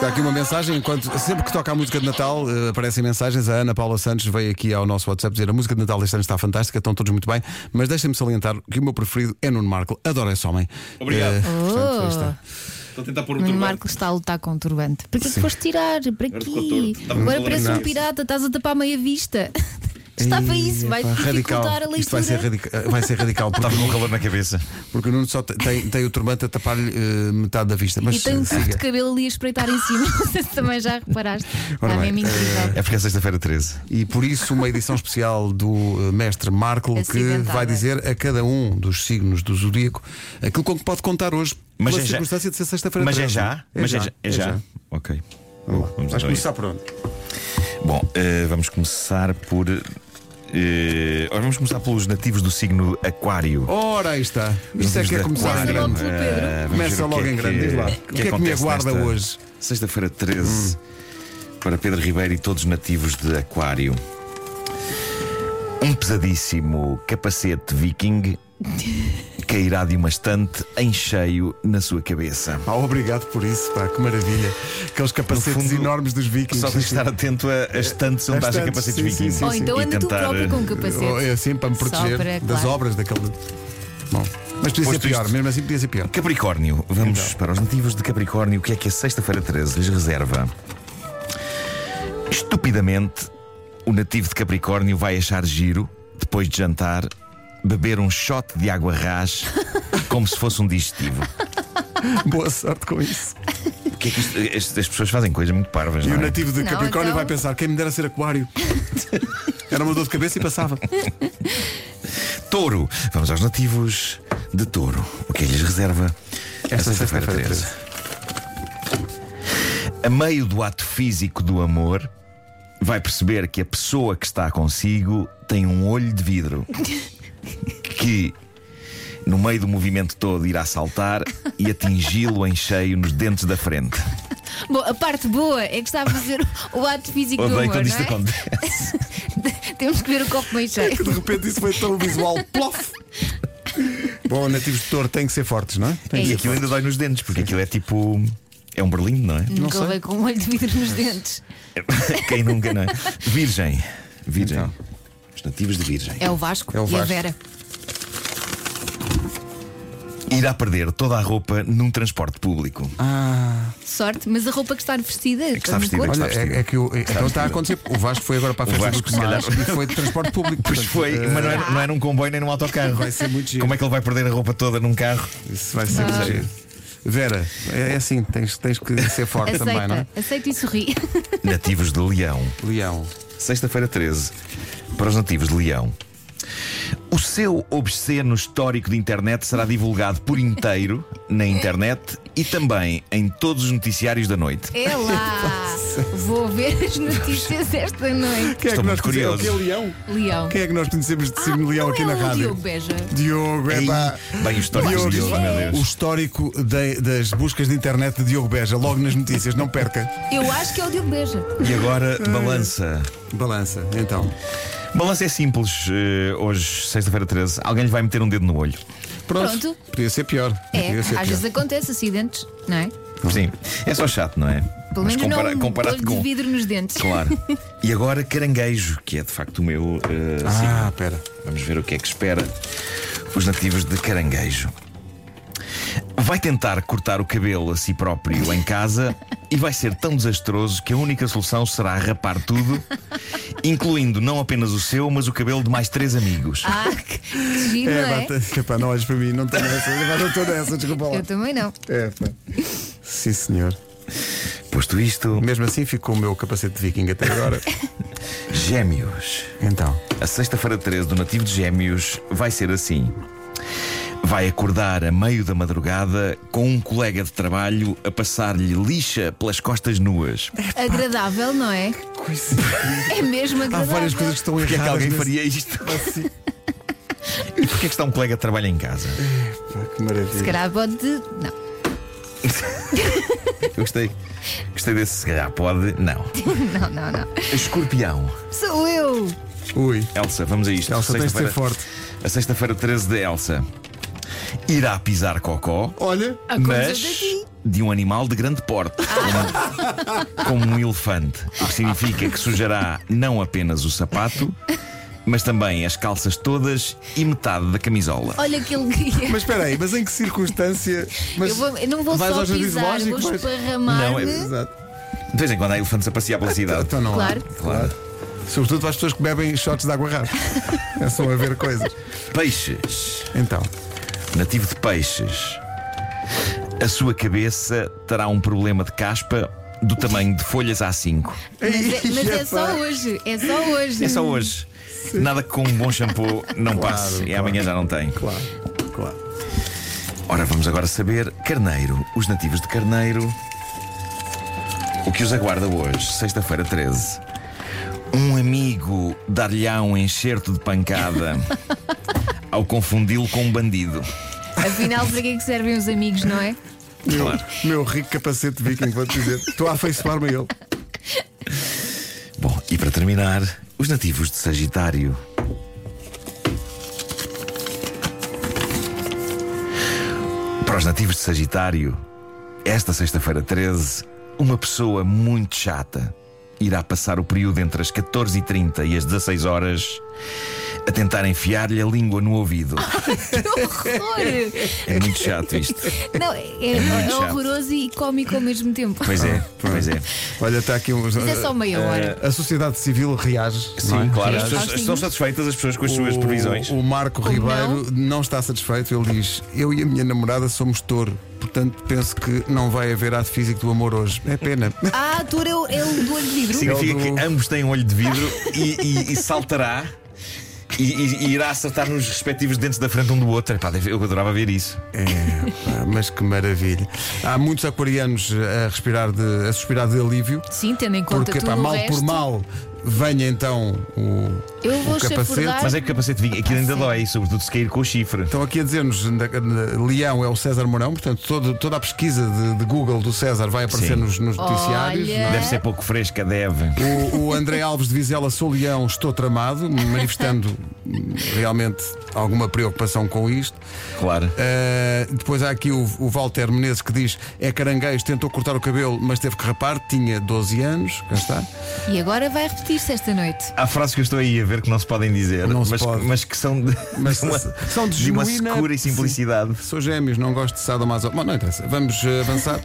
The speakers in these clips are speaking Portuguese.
Está aqui uma mensagem, sempre que toca a música de Natal, aparecem mensagens. A Ana Paula Santos veio aqui ao nosso WhatsApp dizer: a música de Natal este ano está fantástica, estão todos muito bem, mas deixem-me salientar que o meu preferido é Nuno Marco. Adoro esse homem. Obrigado. Portanto, aí está. Estou a tentar pôr um Nuno turbante. Marco está a lutar com o turbante. Para que foste tirar? Para Agora quê? ficou torto. Estava Agora muito parece um valoroso. pirata, estás a tapar meia vista. Estava isso, vai dificultar a leitura. Isto vai ser radical porque, Estava com calor na cabeça. porque o Nuno só tem o turbante a tapar-lhe metade da vista. Mas E tem um tufo de siga. cabelo ali a espreitar em cima. Não sei se também já reparaste. Ora Está bem, mesmo incrível. É porque é sexta-feira 13. E por isso uma edição especial do mestre Marco, que Acidentada. vai dizer a cada um dos signos do zodíaco aquilo com que pode contar hoje, Mas pela é já- circunstância de ser sexta-feira. Mas é 13. já? É já? Ok. Vamos lá. Vamos Vais então a começar por onde? Bom, vamos começar por. Vamos começar pelos nativos do signo Aquário. Ora, aí está. Isto é que é começar em Começa grande. logo pelo Pedro. Vamos Começa ver o que logo é em grande. que- Diz lá. O que é que me acontece aguarda nesta hoje? Sexta-feira 13 para Pedro Ribeiro e todos os nativos de Aquário. Um pesadíssimo capacete viking cairá de uma estante em cheio na sua cabeça. Obrigado por isso, pá, que maravilha. Aqueles capacetes No fundo, enormes dos vikings. Só tens de estar atento a estantes onde As haja estantes, capacetes sim, sim, vikings. sim, Ou então E anda tu tentar, próprio com um capacete. É assim, para me Só proteger para, das claro. obras daquele. Bom, mas podia ser Posto pior, isto- mesmo assim podia ser pior. Capricórnio, vamos Então. para os nativos de Capricórnio. O que é que a sexta-feira 13 lhes reserva? Estupidamente, o nativo de Capricórnio vai achar giro, depois de jantar, beber um shot de água rás como se fosse um digestivo. Boa sorte com isso. O que é que as pessoas fazem coisas muito parvas, E não o é? nativo de Não, Capricórnio então- vai pensar: quem me dera ser aquário? Era uma dor de cabeça e passava. Touro, vamos aos nativos de Touro. O que é que lhes reserva Esta a sexta-feira sexta-feira 13? A meio do ato físico do amor, vai perceber que a pessoa que está consigo tem um olho de vidro que, no meio do movimento todo, irá saltar e atingi-lo em cheio nos dentes da frente. Bom, a parte boa é que está a fazer o ato físico do Odeio amor, quando não isto é? acontece. Temos que ver o copo meio cheio. De repente isso foi tão visual. Plof! Bom, nativos de Touro têm que ser fortes, não é? Têm que E ser aquilo ainda dói nos dentes, porque aquilo é tipo. É um berlindo, não é? Nunca sei. levei com um olho de vidro nos dentes. Quem nunca, não é? Virgem. Virgem. Então. Os nativos de Virgem. É o Vasco É o e a Vasco. Vera. Irá perder toda a roupa num transporte público. Sorte, mas a roupa que está vestida. que está no vestida, corpo. Olha, é que então está a acontecer. O Vasco foi agora para a festa Vasco, do se Tomás calhar. e foi de transporte público. Pois Portanto, foi, mas não é num comboio nem num autocarro. Vai ser muito giro. Como é que ele vai perder a roupa toda num carro? Isso vai ser muito giro. Vera, é assim, tens que ser forte também, não é? Aceita, aceita e sorri. Nativos de Leão. Leão. Sexta-feira 13. Para os nativos de Leão. O seu obsceno histórico de internet será divulgado por inteiro na internet e também em todos os noticiários da noite. É lá. Vou ver as notícias esta noite. Quem é Estou que muito nós conhecemos? curioso. O que é Leão? Leão. Quem é que nós conhecemos de signo Leão não aqui é na o rádio? Diogo Beja. Diogo, é pá. Bem, o histórico de Diogo, meu O Deus. histórico das buscas de internet de Diogo Beja, logo nas notícias, não perca. Eu acho que é o Diogo Beja. E agora, balança. Balança, então. Balança é simples. Hoje, sexta-feira 13, alguém lhe vai meter um dedo no olho. Pronto. Podia ser pior. É, Podia ser às pior. vezes acontece acidentes, não é? Sim, é só chato, não é? Pelo Mas menos não um comparado olho com. de vidro nos dentes. Claro. E agora, caranguejo, que é de facto o meu signo. Espera. Vamos ver o que é que espera os nativos de Caranguejo. Vai tentar cortar o cabelo a si próprio em casa e vai ser tão desastroso que a única solução será rapar tudo, incluindo não apenas o seu, mas o cabelo de mais 3 amigos. Que giro, não é? Pá, não olhes para mim, não estou nessa. Não estou nessa, desculpa lá. Eu também não. É, pá. Sim, senhor. Posto isto, Mesmo assim, ficou o meu capacete de viking até agora. Gêmeos. Então. A sexta-feira 13 do nativo de Gêmeos vai ser assim. Vai acordar a meio da madrugada com um colega de trabalho a passar-lhe lixa pelas costas nuas. Agradável, não é? Coisa. É mesmo Há agradável. várias coisas que estão Porquê é que erradas. alguém nesse- faria isto? Assim. E porquê é que está um colega de trabalho em casa? Pá, que maravilha. Se calhar pode. Não. Eu gostei desse, se calhar pode. Não. Não. Escorpião. Sou eu. Ui. Elsa, vamos a isto. Elsa, tens de ser Sexta-feira- forte. A sexta-feira 13 de Elsa irá pisar cocó, Olha. Há coisas mas daqui. de um animal de grande porte, como um elefante. O que significa que sujará não apenas o sapato, mas também as calças todas e metade da camisola. Olha que ele... Mas espera aí, mas em que circunstância? Mas eu não vou vais só ao jardim pisar, zoológico, vou vais- esparramar-me. Exato. De vez em quando há elefantes a passear pela cidade. Então não há. Claro. Sobretudo para as pessoas que bebem shots de água rasa. É só a ver coisas. Peixes. Então, Nativo de peixes. A sua cabeça terá um problema de caspa do tamanho de folhas A5. Mas é só hoje. É só hoje. É só hoje. Nada que com um bom shampoo não passe. E amanhã já não tem. claro. Ora, vamos agora saber. Carneiro. Os nativos de Carneiro. O que os aguarda hoje, sexta-feira 13. Um amigo dar-lhe-á um enxerto de pancada ao confundi-lo com um bandido. Afinal, para que é que servem os amigos, não é? Meu rico capacete viking, vou-te dizer. Estou a afeiçoar-me a ele. Bom, e para terminar, os nativos de Sagitário. Para os nativos de Sagitário, esta sexta-feira 13, uma pessoa muito chata irá passar o período entre as 14h30 e as 16 horas a tentar enfiar-lhe a língua no ouvido. Que horror! É muito chato isto. Não, muito é chato. horroroso e cómico ao mesmo tempo. Pois é, pois é. Olha, está aqui um. Mas é só meia hora. A sociedade civil reage. Sim, não é? claro, as Reage. pessoas estão satisfeitas, as pessoas com as suas previsões. O Marco Como Ribeiro não está satisfeito. Ele diz: eu e a minha namorada somos touro. Portanto, penso que não vai haver ato físico do amor hoje. É pena. Ah, a tour é o do olho de vidro. Significa É o do- que ambos têm um olho de vidro e saltará e irá acertar nos respectivos dentes da frente um do outro. Epá, eu adorava ver isso. Pá, mas que maravilha. Há muitos aquarianos a suspirar de alívio. Sim, tendo em conta Porque, tudo pá, o mal resto. por mal, venha então Eu vou o capacete. chafurdar. Mas é que o capacete vinha, aquilo ainda sim. dói, sobretudo se cair com o chifre. Estão aqui a dizer-nos: Leão é o César Mourão. Portanto, toda a pesquisa de Google do César vai aparecer Sim. nos noticiários. Olha. não é? Deve ser pouco fresca, deve. O André Alves de Vizela: sou leão, estou tramado, manifestando realmente alguma preocupação com isto. Claro. Depois há aqui o Walter Menezes que diz: é caranguejo, tentou cortar o cabelo, mas teve que rapar, tinha 12 anos. Cá está. E agora vai repetir-se esta noite. Há frases que eu estou aí a ver que não se podem dizer, Não se mas, pode. mas que são de, Mas de uma, são de de uma genuína- secura e simplicidade. Sou gêmeos, não gosto de sadomaso. Bom, não interessa. Vamos avançar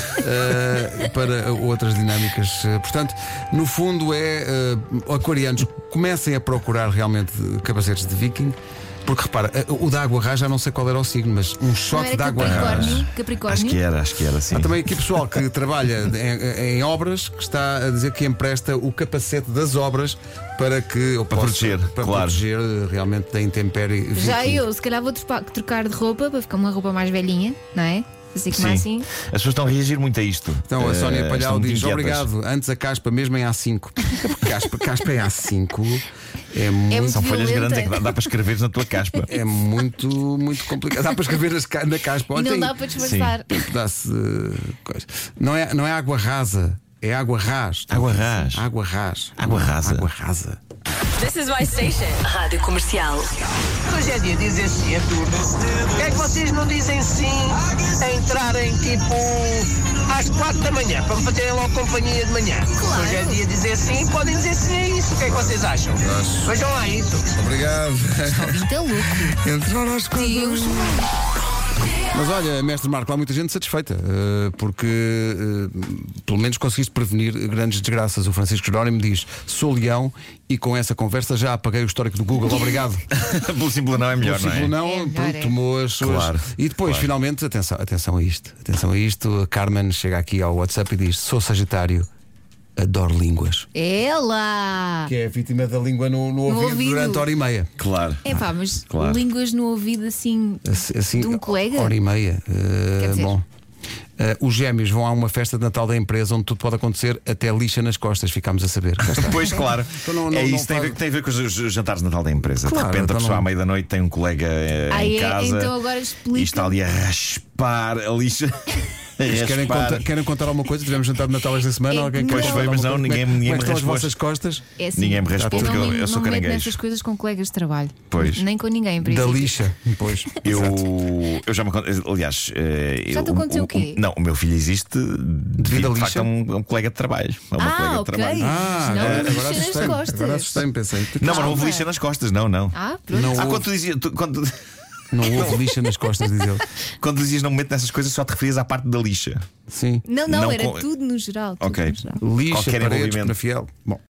para outras dinâmicas. Portanto, no fundo aquarianos comecem a procurar realmente capacetes de viking. Porque repara, o da água rasa já não sei qual era o signo, mas um Não shot era de água rasa. Capricórnio? Capricórnio? Acho que era, sim. Há também aqui pessoal que trabalha em obras que está a dizer que empresta o capacete das obras para que eu Para possa proteger, para claro. proteger realmente da intempérie. Já viking. eu, se calhar vou trocar de roupa para ficar uma roupa mais velhinha, não é? Assim como Sim. assim. As pessoas estão a reagir muito a isto. Então a Sónia Estão Palhau muito diz: inquietas. obrigado, antes a caspa mesmo em A5. É porque caspa em A5 é muito. muito São folhas violenta. grandes, é que dá para escreveres na tua caspa. É muito complicado. Dá para escrever na caspa. E Olha, não tem dá para disfarçar. um pedaço de coisa. Não é água rasa, é água ras. Água ras. Água ras. Água rasa. Água rasa. This is my station. Rádio Comercial. Hoje é dia de dizer sim a tudo. Por que é que vocês não dizem sim a entrarem tipo às 4 da manhã para me fazerem logo companhia de manhã? Claro. Hoje é dia de dizer sim, podem dizer sim a isso. O que é que vocês acham? Vejam lá isso. Obrigado. Ouvinte é louco. Entrar às quatro. Deus. Mas olha, mestre Marco, há muita gente satisfeita porque pelo menos conseguiste prevenir grandes desgraças. O Francisco Jerónimo diz: sou leão e com essa conversa já apaguei o histórico do Google. Obrigado. Pelo simples não é melhor, Pelo não é? simples não, É melhor, pronto, é. tomou as suas. Claro, E depois, claro. finalmente, atenção a isto. Atenção a isto. A Carmen chega aqui ao WhatsApp e diz: sou Sagitário, adoro línguas. Ela! Que é a vítima da língua no ouvido durante hora e meia. Claro. É pá, mas Claro. línguas no ouvido assim. Assim, De um colega? hora e meia. Quer dizer- Bom. Os gêmeos vão a uma festa de Natal da empresa onde tudo pode acontecer, até lixa nas costas, ficámos a saber. Cá está. Pois, claro. Então não é faz- isso, tem a ver com os jantares de Natal da empresa. Claro, de repente então a pessoa não- à meia da noite tem um colega Ah, em é? casa Então agora explica. e está ali a raspar a lixa. Querem contar alguma coisa? Tivemos jantar de Natal esta semana? Alguém Pois foi, mas não, ninguém me estão as respôs. vossas costas? É assim, Ninguém me responde, eu porque eu sou não me meto caranguejo. nessas coisas com colegas de trabalho. Pois. Nem com ninguém, Da lixa. Pois. Eu já me aliás, já te aconteceu o quê? Não, o meu filho existe devido de facto a um colega de trabalho. A uma colega de ok. trabalho. Agora Não, assustei-me. nas costas. Agora assustei-me, pensei. Não, mas não houve lixa nas costas, não. Pronto. Não. Quando tu dizias. Não houve lixa nas costas, diz ele. Quando dizias não me meto nessas coisas, só te referias à parte da lixa. Sim. Não, Não era com- tudo no geral. Ok. Tudo no geral. Lixa, Qualquer paredes, envolvimento. Penafiel. Bom.